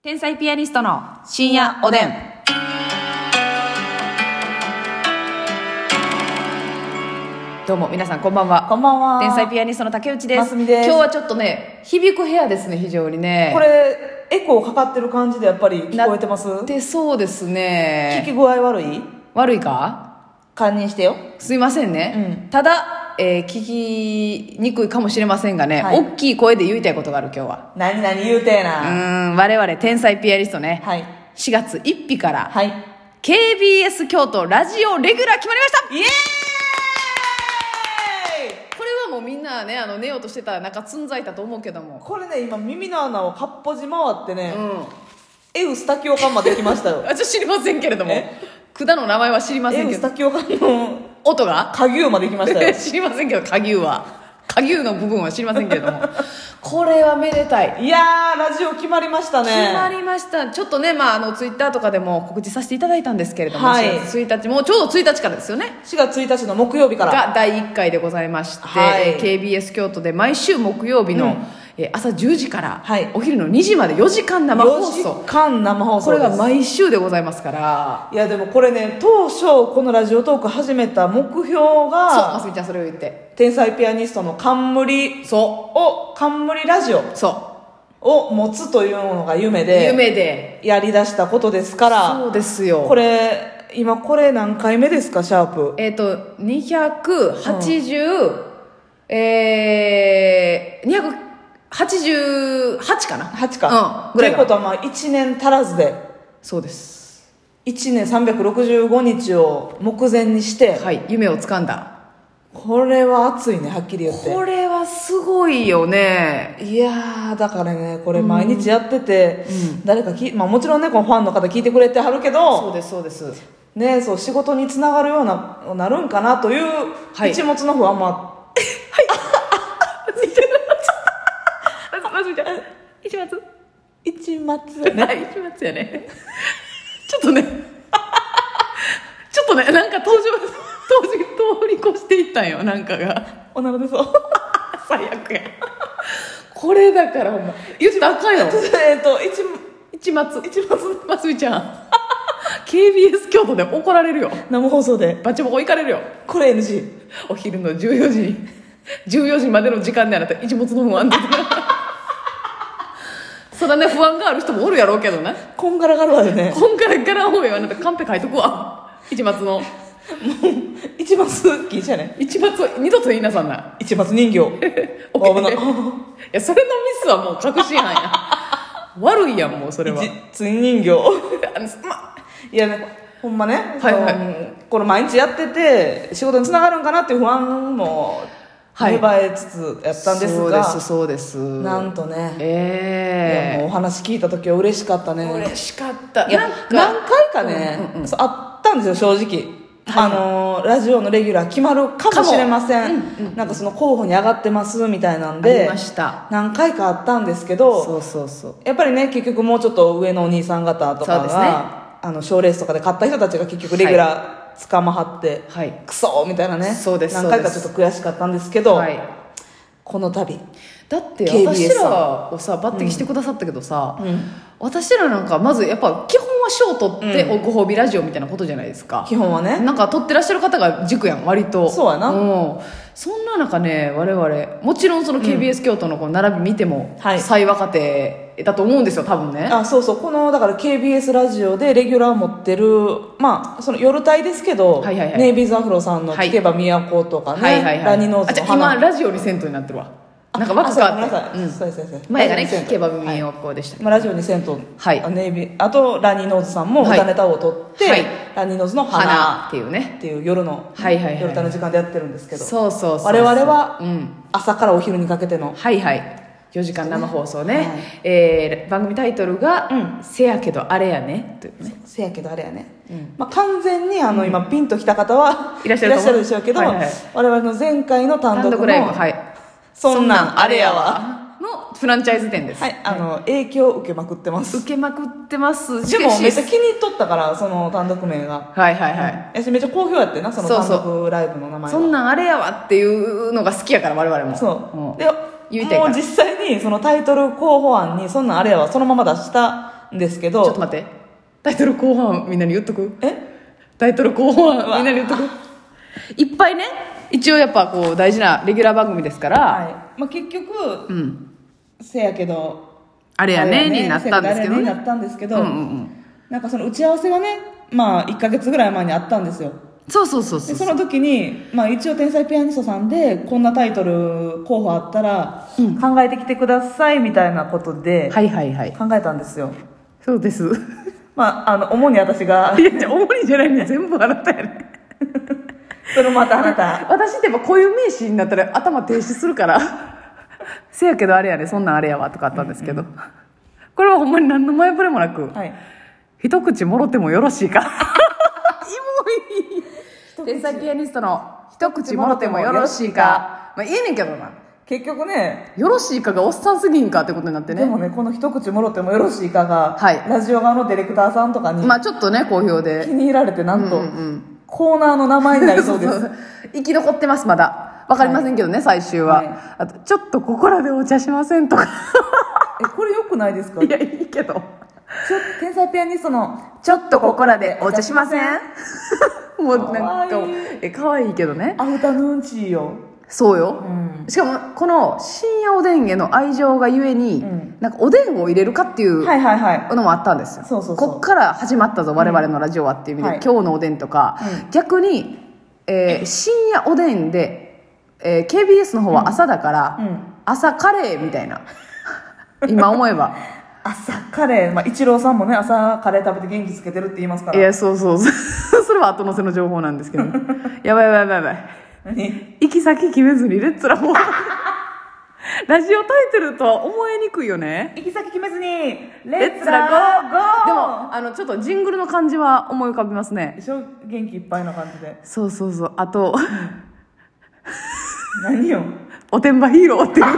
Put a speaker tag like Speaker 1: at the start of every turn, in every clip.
Speaker 1: 天才ピアニストの深夜おでん。どうも皆さんこんばんは。
Speaker 2: こんばんは。
Speaker 1: 天才ピアニストの竹内です。
Speaker 2: ますみです。
Speaker 1: 今日はちょっとね、響く部屋ですね、非常にね。
Speaker 2: これエコーかかってる感じでやっぱり聞こえてます？
Speaker 1: なってそうですね。
Speaker 2: 聞き具合悪い？
Speaker 1: 悪いか？
Speaker 2: 堪忍してよ。
Speaker 1: すいませんね。ただ、聞きにくいかもしれませんがね、
Speaker 2: はい
Speaker 1: 大きい声で言いたいことがある今日は。
Speaker 2: 何言うてえな。
Speaker 1: 我々天才ピアニストね、
Speaker 2: はい。
Speaker 1: 4月1日から、
Speaker 2: はい。
Speaker 1: KBS 京都ラジオレギュラー決まりました。
Speaker 2: イエーイ。
Speaker 1: これはもうみんなね、寝ようとしてた中つんざいたと思うけども、
Speaker 2: これね、今耳の穴をかっぽじ回ってね、
Speaker 1: うん
Speaker 2: エウスタキオカンまで来ましたよ。
Speaker 1: あ、ちょっと知りませんけれども、管の名前は知りませ
Speaker 2: エウ
Speaker 1: んけど、
Speaker 2: スタキオカンの
Speaker 1: 音が
Speaker 2: 下牛まで来ましたよ。
Speaker 1: 知りませんけど、下牛の部分は知りませんけれどもこれはめでたい。
Speaker 2: いやー、ラジオ決まりましたね。
Speaker 1: 決まりました。ちょっとね、ツイッターとかでも告知させていただいたんですけれども、
Speaker 2: はい
Speaker 1: 4月1日、もうちょうど1日からですよね、
Speaker 2: 4月1日の木曜日から
Speaker 1: が第1回でございまして、
Speaker 2: はい、
Speaker 1: KBS 京都で毎週木曜日の、朝10時から、
Speaker 2: はい、
Speaker 1: お昼の2時まで4時間生放送。
Speaker 2: 4時間生放送です。
Speaker 1: これが毎週でございますから。
Speaker 2: いやでもこれね、当初このラジオトーク始めた目標
Speaker 1: そう、
Speaker 2: が、
Speaker 1: ますみちゃんそれを言って、
Speaker 2: 天才ピアニストの冠ラジオを持つというのが夢でやりだしたことですから。
Speaker 1: そうですよ。
Speaker 2: 今これ何回目ですか、シャープ
Speaker 1: 280、288かな、
Speaker 2: 8か、
Speaker 1: ぐらいかな。
Speaker 2: ということは1年足らずで、
Speaker 1: そうです。
Speaker 2: 1年365日を目前にして、
Speaker 1: はい、夢をつかんだ。
Speaker 2: これは熱いね、はっきり言って。
Speaker 1: これはすごいよね。
Speaker 2: いやー、だからね、これ毎日やってて、誰かもちろんね、このファンの方聞いてくれてはるけど、
Speaker 1: そうですそうです。
Speaker 2: ね、そう仕事につながるようなるんかなという、一物の不安もあって、一末ね。
Speaker 1: 一末やね。ちょっとね、なんか通り越していったんよ、なんかが。
Speaker 2: おならでそう。
Speaker 1: 最悪や。これだからほんま、言ったらあかんよ。一末。ますみちゃん。KBS 京都で怒られるよ。
Speaker 2: 生放送で。
Speaker 1: バチボコ行かれるよ。
Speaker 2: これ NG。
Speaker 1: お昼の14時までの時間であなた一物の不安で。そらね、不安がある人もおるやろうけどね。
Speaker 2: こんがらがるわよね。
Speaker 1: こんがらがらん方よ。あなたカンペ書いとくわ。一末の。もう、
Speaker 2: 一末聞いちゃね。
Speaker 1: 一末二度と言いなさんな。
Speaker 2: 一末人形。
Speaker 1: 危ない。いや、それのミスはもう確信犯や。悪いやん、もうそれは。
Speaker 2: 一人形。いやね、ほんまね。これ毎日やってて、仕事につながるんかなっていう不安も、芽生えつつやったんですが、
Speaker 1: そうです。
Speaker 2: なんとね、
Speaker 1: いや
Speaker 2: もうお話聞いた時は嬉しかったね。
Speaker 1: 嬉しかった。
Speaker 2: いや、何回かね、あったんですよ、正直。ラジオのレギュラー決まるかもしれません。なんかその候補に上がってますみたいなんで、
Speaker 1: ありました。
Speaker 2: 何回かあったんですけど、やっぱりね、結局もうちょっと上のお兄さん方とかが、賞レースとかで勝った人たちが結局レギュラー捕まはって、クソみたいなね、何回かちょっと悔しかったんですけど、この度
Speaker 1: だって私らをさ抜擢してくださったけどさ、私らなんかまずやっぱ基本は賞を取ってご褒美ラジオみたいなことじゃないですか。
Speaker 2: 基本はね、
Speaker 1: なんか取ってらっしゃる方が軸やん、割と。
Speaker 2: そうやな。
Speaker 1: そんな中ね、我々もちろんその KBS 京都のこの並び見ても、最若手だと思うんですよ、多分ね。
Speaker 2: このだから KBS ラジオでレギュラーを持ってる、その夜帯ですけど、ネイビーズアフロさんの聞けば都とかね、ラニノーズの花。
Speaker 1: 今ラジオにセントになってるわ。なんか枠があって、前がね、聞けば都でした。
Speaker 2: ラジオにセント、あとラニノーズさんも歌ネタを取って、ラニノーズの花っていう夜の夜帯の時間でやってるんですけど、我々は朝からお昼にかけての
Speaker 1: 4時間生放送ね。番組タイトルが「せやけどあれやね」というね。
Speaker 2: せやけどあれやね。完全に今ピンときた方はいらっしゃるでしょうけど、我々の前回の単独
Speaker 1: ライブ、
Speaker 2: そんなんあれやわ
Speaker 1: のフランチャイズ店です。
Speaker 2: 影響を受けまくってます。
Speaker 1: 受けまくってます。
Speaker 2: でもめっちゃ気に入っとったから、その単独名が。めっちゃ好評やってな、その単独ライブの名前が。
Speaker 1: そんなんあれやわっていうのが好きやから、我々も。
Speaker 2: そう。で、もう実際にそのタイトル候補案にそんなんあれやわそのまま出したんですけど、
Speaker 1: ちょっと待って、タイトル後半みんなに言っとく。タイトル後半みんなに言っとく。いっぱいね、一応やっぱこう大事なレギュラー番組ですから、
Speaker 2: はい、結局、せやけど
Speaker 1: あれやねになったんですけどね。
Speaker 2: なったんですけど、なんかその打ち合わせがね、1ヶ月ぐらい前にあったんですよ。
Speaker 1: そう
Speaker 2: でその時に、一応天才ピアニストさんでこんなタイトル候補あったら、考えてきてくださいみたいなことで考えたんですよ。
Speaker 1: そうです。
Speaker 2: 主に私が
Speaker 1: いや主にじゃないね、全部あなたやね。
Speaker 2: それまたあなた。
Speaker 1: 私ってやっぱこういう名詞になったら頭停止するからせやけどあれやね、そんなんあれやわとかあったんですけど、これはほんまに何の前触れもなく、一口もろてもよろしいか天才ピアニストの一口もろてもよろしいか、いいねんけどな、
Speaker 2: 結局ね、
Speaker 1: よろしいかがおっさんすぎんかってことになってね。
Speaker 2: でもね、この一口もろてもよろしいかが、ラジオ側のディレクターさんとかに
Speaker 1: ちょっとね好評で
Speaker 2: 気に入られて、なんと、コーナーの名前になりそうです
Speaker 1: 生き残ってます。まだわかりませんけどね、最終は、あとちょっとここらでお茶しませんとか
Speaker 2: これよくないですか？
Speaker 1: いや、いいけど、
Speaker 2: 天才ピアニストの
Speaker 1: ちょっとここらでお茶しませんもうなんかかわいいけどね。
Speaker 2: アフタヌーンチーよ。
Speaker 1: そうよ、しかもこの深夜おでんへの愛情がゆえに、なんかおでんを入れるかっていうのもあったんですよ。こっから始まったぞ我々のラジオはっていう意味で、今日のおでんとか、逆に、深夜おでんで、KBS の方は朝だから、朝カレーみたいな今思えば
Speaker 2: 朝カレー、イチローさんもね、朝カレー食べて元気つけてるって言いますから。
Speaker 1: いや、そうそれは後乗せの情報なんですけどやばい
Speaker 2: 何？
Speaker 1: 行き先決めずにレッツラもうラジオタイトルとは思いにくいよね。
Speaker 2: 行き先決めずにレッツラゴー。
Speaker 1: でもちょっとジングルの感じは思い浮かびますね。
Speaker 2: 元気いっぱいな感じで。
Speaker 1: そうあと、
Speaker 2: 何よ、
Speaker 1: おてんばヒーローっていう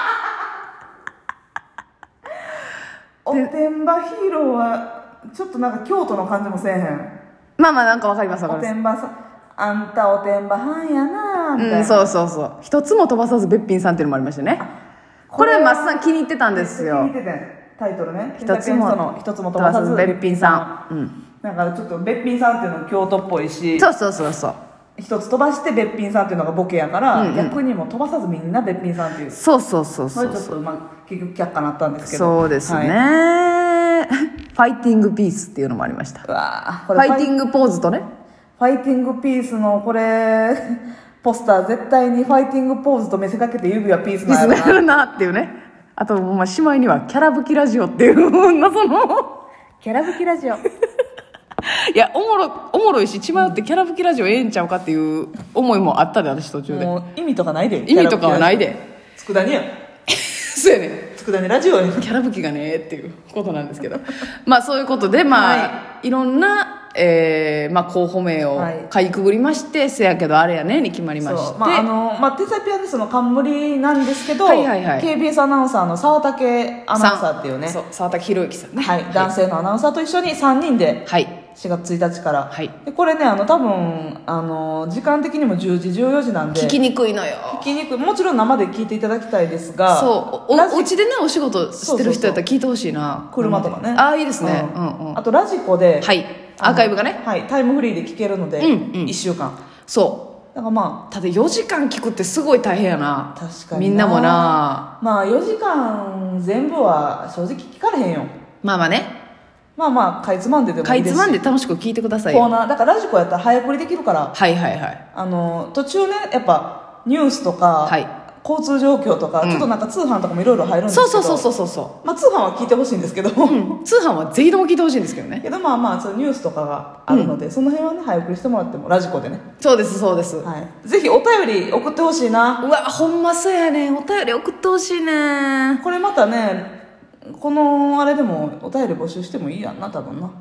Speaker 2: おてんばヒーローはちょっとなんか京都の感じもせえへん。
Speaker 1: なんかわかります。
Speaker 2: おてんばさん、あんたおてんばはんやなみたいな、
Speaker 1: そう一つも飛ばさずべっぴんさんっていうのもありましたね。これマスさん気に入ってたんですよ。
Speaker 2: 気に入ってて、タイトルね、
Speaker 1: 一つも
Speaker 2: 飛ばさずべっぴんさん、なんかちょっとべっぴんさんっていうのも京都っぽいし、
Speaker 1: そう
Speaker 2: 一つ飛ばしてべっぴんさんっていうのがボケやから、逆にも飛ばさずみんなべっぴんさんっていう、
Speaker 1: そう
Speaker 2: それちょっと結局却下なったんですけど、
Speaker 1: そうですね、ファイティングピースっていうのもありました。ファイティングポーズとね、
Speaker 2: ファイティングピースのこれポスター絶対にファイティングポーズと見せかけて指はピースなんや
Speaker 1: るなっていうね。あとしまいにはキャラ吹きラジオっていう謎の
Speaker 2: キャラ吹きラジオ
Speaker 1: いや、おもろいし、血迷ってキャラ吹きラジオええんちゃうかっていう思いもあったで、私途中で。
Speaker 2: もう意味とかないで。
Speaker 1: 意味とかはないで。
Speaker 2: 佃煮や
Speaker 1: そうやね、
Speaker 2: 佃煮ラジオや
Speaker 1: キャラ吹きがねっていうことなんですけどそういうことでいろんな候補名をかいくぐりまして、せやけどあれやねに決まりまして、
Speaker 2: 天才ピアニストの冠なんですけど、KBS アナウンサーの沢竹アナウンサーっていうね、
Speaker 1: 沢竹博之さんね、
Speaker 2: 男性のアナウンサーと一緒に3人で4月1日から、でこれね、多分時間的にも10時14時なんで
Speaker 1: 聞きにくいのよ。
Speaker 2: もちろん生で聞いていただきたいですが、
Speaker 1: お家でねお仕事してる人やったら聞いてほしいな。
Speaker 2: 車とかね、
Speaker 1: いいですね、
Speaker 2: あとラジコで、
Speaker 1: アーカイブがね、
Speaker 2: タイムフリーで聞けるので、1週間。
Speaker 1: そうだからただ4時間聞くってすごい大変やな。
Speaker 2: 確かに
Speaker 1: みんなもな。
Speaker 2: 4時間全部は正直聞かれへんよ。
Speaker 1: ね、
Speaker 2: かいつまんででもいいですし、
Speaker 1: かいつまんで楽しく聞いてくださいよ。
Speaker 2: コーナーだからラジコやったら早送りできるから、途中ね、やっぱニュースとか、交通状況とか、ちょっとなんか通販とかもいろいろ入るんですけど、
Speaker 1: そう
Speaker 2: 通販は聞いてほしいんですけど、
Speaker 1: 通販はぜひとも聞いてほしいんですけどね。
Speaker 2: けどそのニュースとかがあるので、その辺はね早送りしてもらっても、ラジコでね。
Speaker 1: そうです、
Speaker 2: ぜひお便り送ってほしいな。
Speaker 1: うわ、ほんまそうやね、お便り送ってほしいね。
Speaker 2: これまたね、このあれでもお便り募集してもいいやんな、多分な。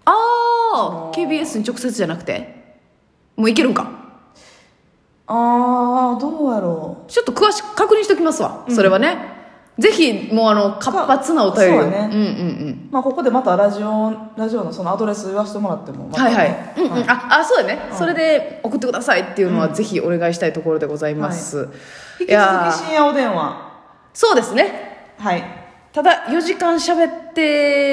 Speaker 1: KBS に直接じゃなくてもういけるんか。
Speaker 2: どうやろう、
Speaker 1: ちょっと詳しく確認しておきますわ、それはね。ぜひもう活発なお便りを。
Speaker 2: ここでまたラジオのそのアドレス言わせてもらっても、
Speaker 1: そうやね、それで送ってくださいっていうのはぜひお願いしたいところでございます。
Speaker 2: 引き続き深夜お電話。
Speaker 1: そうですね、ただ4時間喋ってる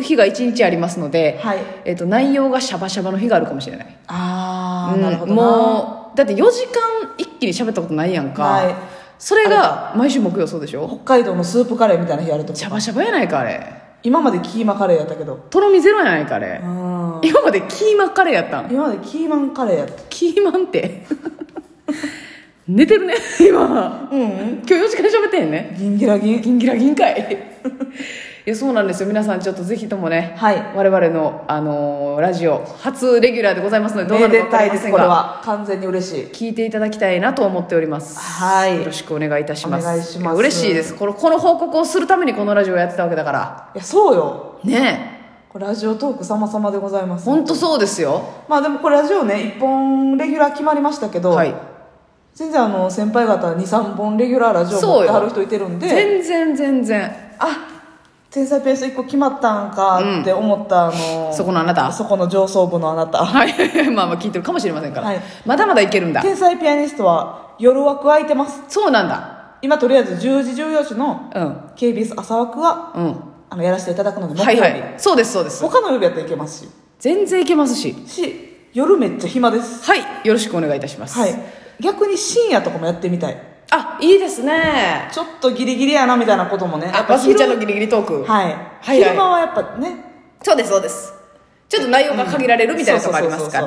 Speaker 1: 日が1日ありますので、
Speaker 2: はい
Speaker 1: 内容がシャバシャバの日があるかもしれない。
Speaker 2: ああ、なるほどな。
Speaker 1: もうだって4時間一気に喋ったことないやんか、はい、それが毎週木曜そうでしょ。
Speaker 2: 北海道のスープカレーみたいな日あると
Speaker 1: シャバシャバやないかあれ。
Speaker 2: 今までキーマカレーやったけど
Speaker 1: とろみゼロやないかあれ。今までキーマカレーやったん。
Speaker 2: 今までキーマンカレーやった。
Speaker 1: キーマンって寝てるね今。今日4時間喋ってへんね。
Speaker 2: ギンギラギン
Speaker 1: かいいやそうなんですよ。皆さんちょっとぜひともね、はい、我々の、ラジオ初レギュラーでございますので、どうなるか分かりませんが、
Speaker 2: これは完全に嬉しい。
Speaker 1: 聞いていただきたいなと思っております。
Speaker 2: はい、
Speaker 1: よろしくお願いいたします。
Speaker 2: お願いします。
Speaker 1: 嬉しいです。この報告をするためにこのラジオをやってたわけだから。
Speaker 2: いやそうよ
Speaker 1: ねえ、
Speaker 2: これラジオトーク様々でございます。
Speaker 1: 本当そうですよ。
Speaker 2: まあでもこれラジオね1本レギュラー決まりましたけど、はい、全然先輩方 2,3 本レギュラーラジオ持ってはる人いてるんで、
Speaker 1: 全然
Speaker 2: 天才ペース1個決まったんかって思った、
Speaker 1: そこのあなた、
Speaker 2: そこの上層部のあなた、
Speaker 1: はいまあ聞いてるかもしれませんから、はい、まだまだいけるんだ。
Speaker 2: 天才ピアニストは夜枠空いてます。
Speaker 1: そうなんだ。
Speaker 2: 今とりあえず10時14時の KBS 朝枠は、やらせていただくので木曜日、はいはい、そうです他の曜日やったらいけますし、
Speaker 1: 全然いけますし
Speaker 2: 夜めっちゃ暇です。
Speaker 1: はい、よろしくお願いいたします。
Speaker 2: はい、逆に深夜とかもやってみたい。
Speaker 1: あ、いいですね。
Speaker 2: ちょっとギリギリやなみたいなこともね。
Speaker 1: バスミちゃんのギリギリトーク。
Speaker 2: はい。昼間はやっぱね。
Speaker 1: そうです。ちょっと内容が限られるみたいなとこありますから。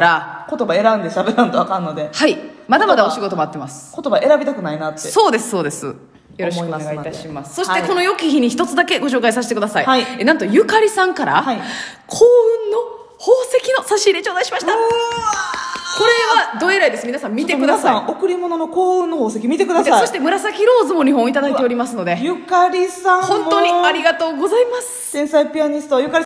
Speaker 2: 言葉選んで喋らんとあかんので。
Speaker 1: はい。まだまだお仕事待ってます。
Speaker 2: 言葉選びたくないなって。
Speaker 1: そうです。よろしくお願いいたします。そしてこの良き日に一つだけご紹介させてください。はい。なんとゆかりさんから、幸運の宝石の差し入れ頂戴しました。これはどえらいです。皆さん見てください。
Speaker 2: 皆さん贈り物の幸運の宝石見てください。
Speaker 1: そして紫ローズも2本いただいておりますので、
Speaker 2: ゆかりさん
Speaker 1: 本当にありがとうございます。
Speaker 2: 天才ピアニストゆかり